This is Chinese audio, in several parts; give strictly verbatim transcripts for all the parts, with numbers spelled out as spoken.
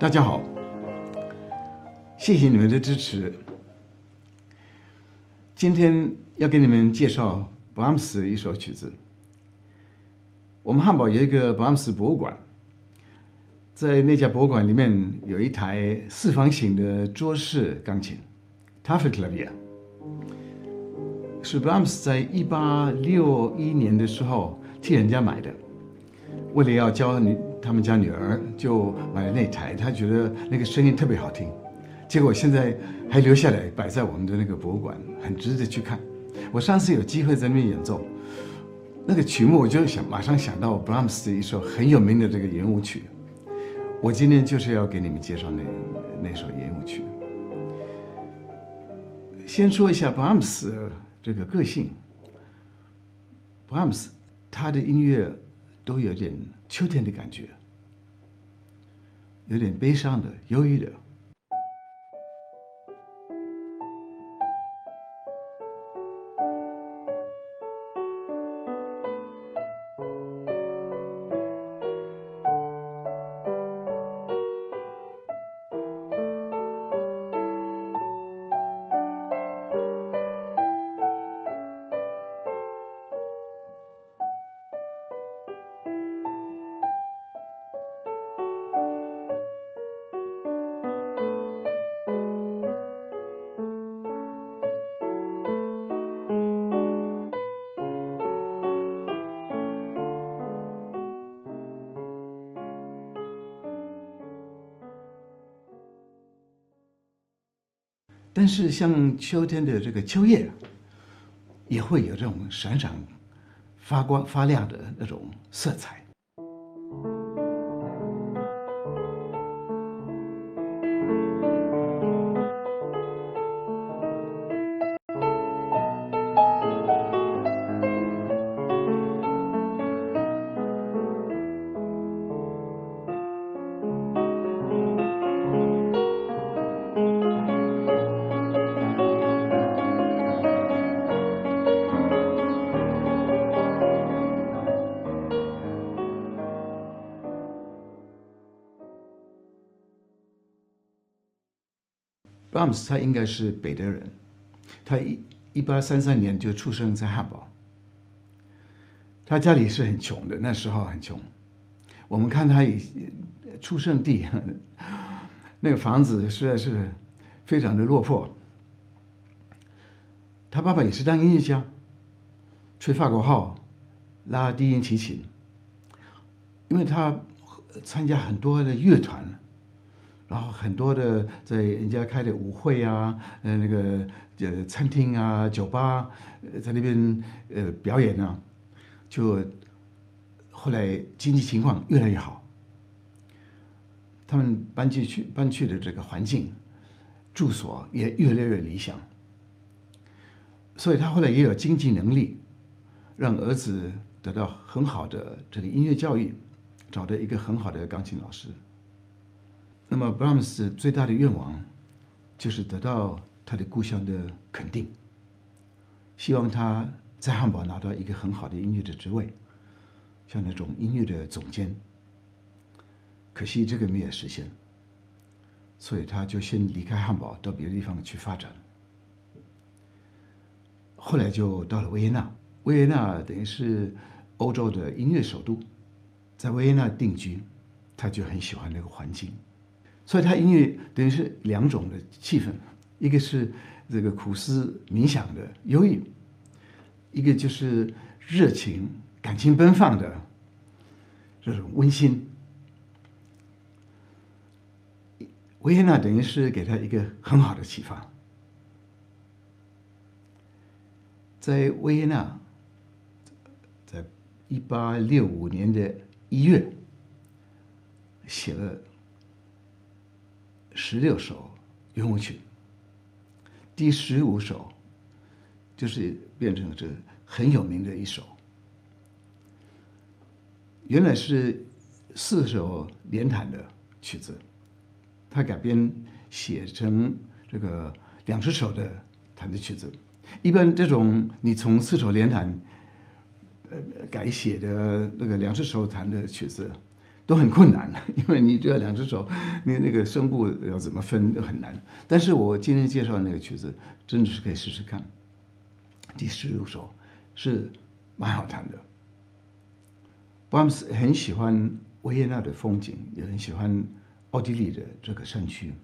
大家好，谢谢你们的支持。今天要给你们介绍布拉姆斯的一首曲子。我们汉堡有一个布拉姆斯博物馆，在那家博物馆里面有一台四方形的桌式钢琴 Tafelklavier， 是布拉姆斯在一八六一年的时候替人家买的，为了要教女他们家女儿，就买了那台。他觉得那个声音特别好听，结果现在还留下来摆在我们的那个博物馆，很值得去看。我上次有机会在那边演奏，那个曲目我就想马上想到布拉姆斯的一首很有名的这个圆舞曲。我今天就是要给你们介绍那那首圆舞曲。先说一下布拉姆斯这个个性。布拉姆斯他的音乐都有点秋天的感觉，有点悲伤的、忧郁的。但是像秋天的这个秋叶，也会有这种闪闪发光发亮的那种色彩。布拉姆斯他应该是北德人，他一一八三三年就出生在汉堡。他家里是很穷的，那时候很穷。我们看他以出生地，那个房子实在是非常的落魄。他爸爸也是当音乐家，吹法国号，拉低音提琴。因为他参加很多的乐团。然后很多的在人家开的舞会啊，呃那个呃餐厅啊、酒吧，呃在那边呃表演啊，就后来经济情况越来越好，他们搬进去搬去的这个环境，住所也越来越理想，所以他后来也有经济能力，让儿子得到很好的这个音乐教育，找到一个很好的钢琴老师。那么布拉姆斯最大的愿望就是得到他的故乡的肯定，希望他在汉堡拿到一个很好的音乐的职位，像那种音乐的总监。可惜这个没有实现，所以他就先离开汉堡，到别的地方去发展。后来就到了维也纳，维也纳等于是欧洲的音乐首都，在维也纳定居，他就很喜欢那个环境。所以他音乐等于是两种的气氛，一个是这个苦思冥想的忧郁，一个就是热情、感情奔放的这种温馨。维也纳等于是给他一个很好的启发。在维也纳，在一八六五年的一月，写了十六首圆舞曲，第十五首就是变成了这很有名的一首。原来是四首连弹的曲子，他改编写成这个两只手的弹的曲子。一般这种你从四手连弹呃改写的那个两只手弹的曲子， 都很困难，因为你只要两只手，你那个声部要怎么分很难。但是我今天介绍的那个曲子，真的是可以试试看。第十六首是蛮好弹的。布拉姆斯很喜欢维也纳的风景，也很喜欢奥地利的这个山区。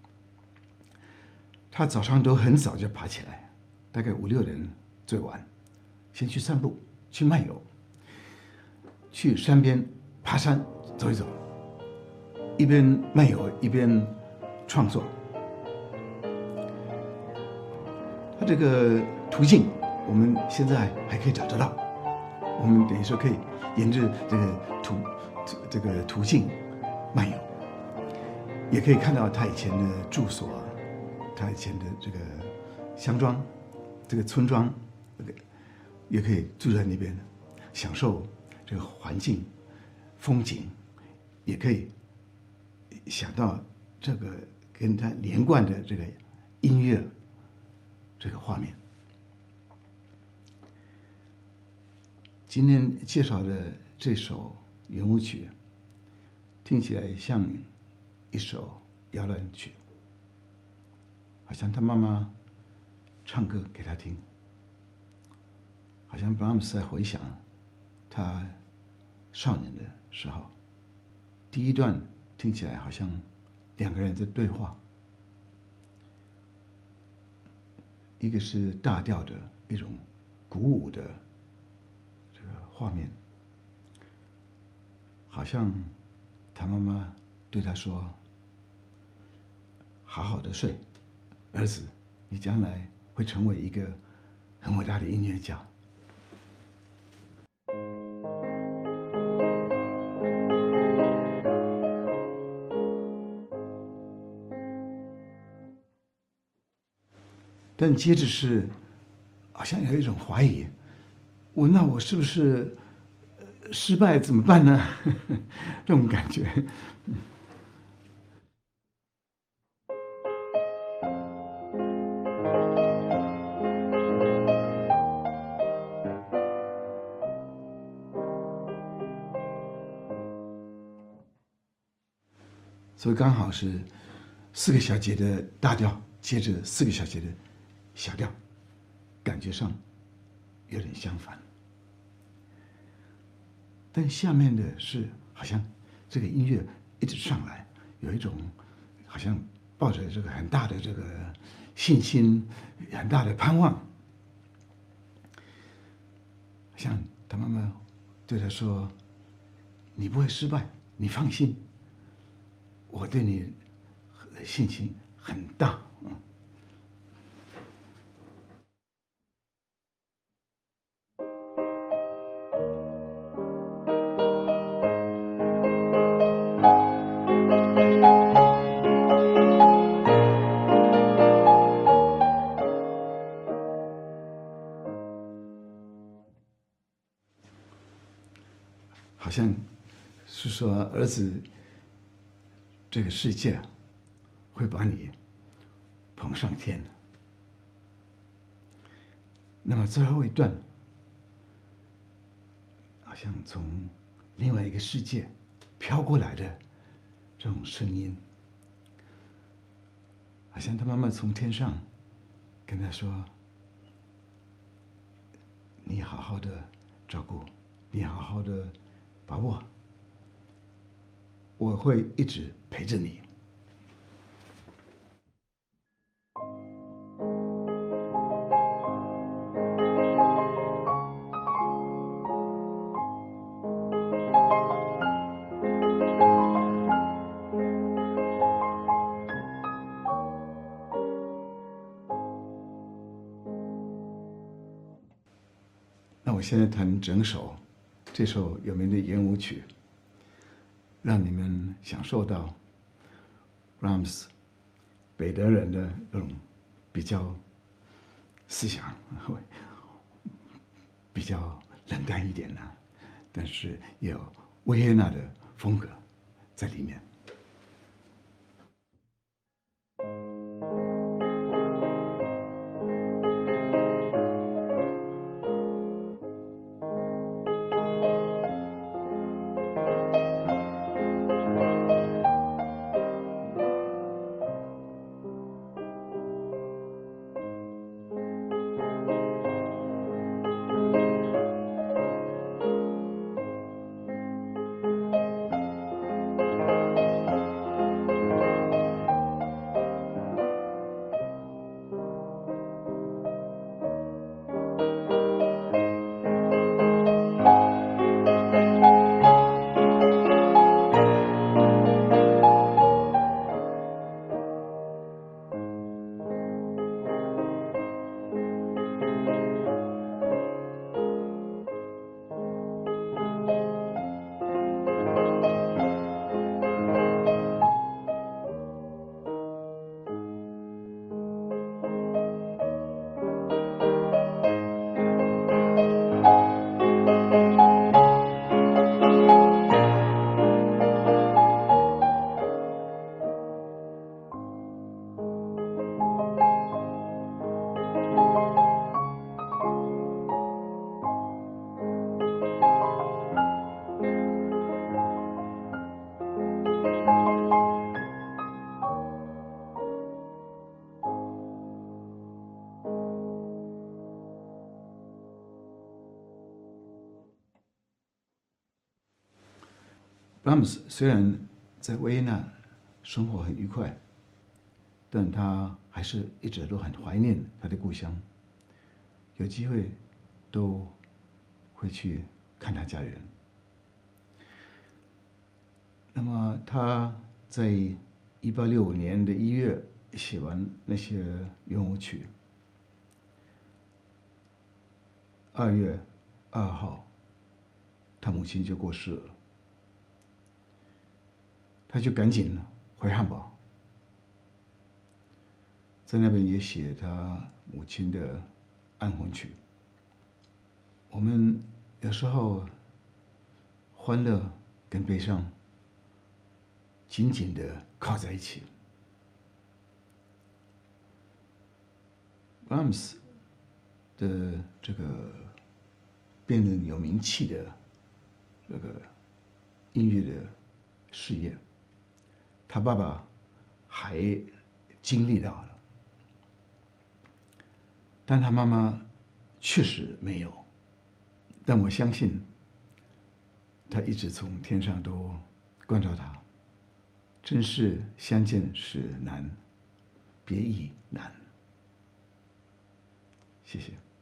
他早上都很早就爬起来，大概五六点最晚，先去散步，去漫游，去山边爬山走一走，一边漫游一边创作。他这个途径，我们现在还可以找得到。我们等于说可以沿着这个途这个途径漫游，也可以看到他以前的住所，他以前的这个乡庄，这个村庄，也可以住在那边，享受这个环境、风景，也可以想到这个跟他连贯的这个音乐这个画面。今天介绍的这首圆舞曲，听起来像一首摇篮曲，好像他妈妈唱歌给他听，好像布拉姆斯在回想他少年的时候。第一段听起来好像两个人在对话，一个是大调的一种鼓舞的这个画面，好像他妈妈对他说：“好好的睡，儿子，你将来会成为一个很伟大的音乐家。”但接着是，好像有一种怀疑，我那我是不是失败怎么办呢？这种感觉。所以刚好是四个小节的大调，接着四个小节的小调，感觉上有点相反。但下面的是好像这个音乐一直上来，有一种好像抱着这个很大的这个信心，很大的盼望，像他妈妈对他说：“你不会失败，你放心，我对你信心很大。”嗯。好像是说儿子，这个世界会把你捧上天。那么最后一段，好像从另外一个世界飘过来的这种声音，好像他妈妈从天上跟他说：“你好好的照顾，你好好的把握，我会一直陪着你。”那我现在弹整首这首有名的圆舞曲，让你们享受到 Brahms 北德人的那种比较思想，比较冷淡一点的，但是也有维也纳的风格在里面。 Brahms 虽然在维也纳生活很愉快，但他还是一直都很怀念他的故乡，有机会都会去看他家人。那么他在一八六五年的一月写完那些圆舞曲，二月二号，他母亲就过世了，他就赶紧回汉堡，在那边也写他母亲的安魂曲。我们有时候欢乐跟悲伤紧紧的靠在一起。Brahms 的这个变得有名气的这个音乐的事业，他爸爸还经历到了，但他妈妈确实没有。但我相信，他一直从天上都关照他。真是相见时难，别亦难。谢谢。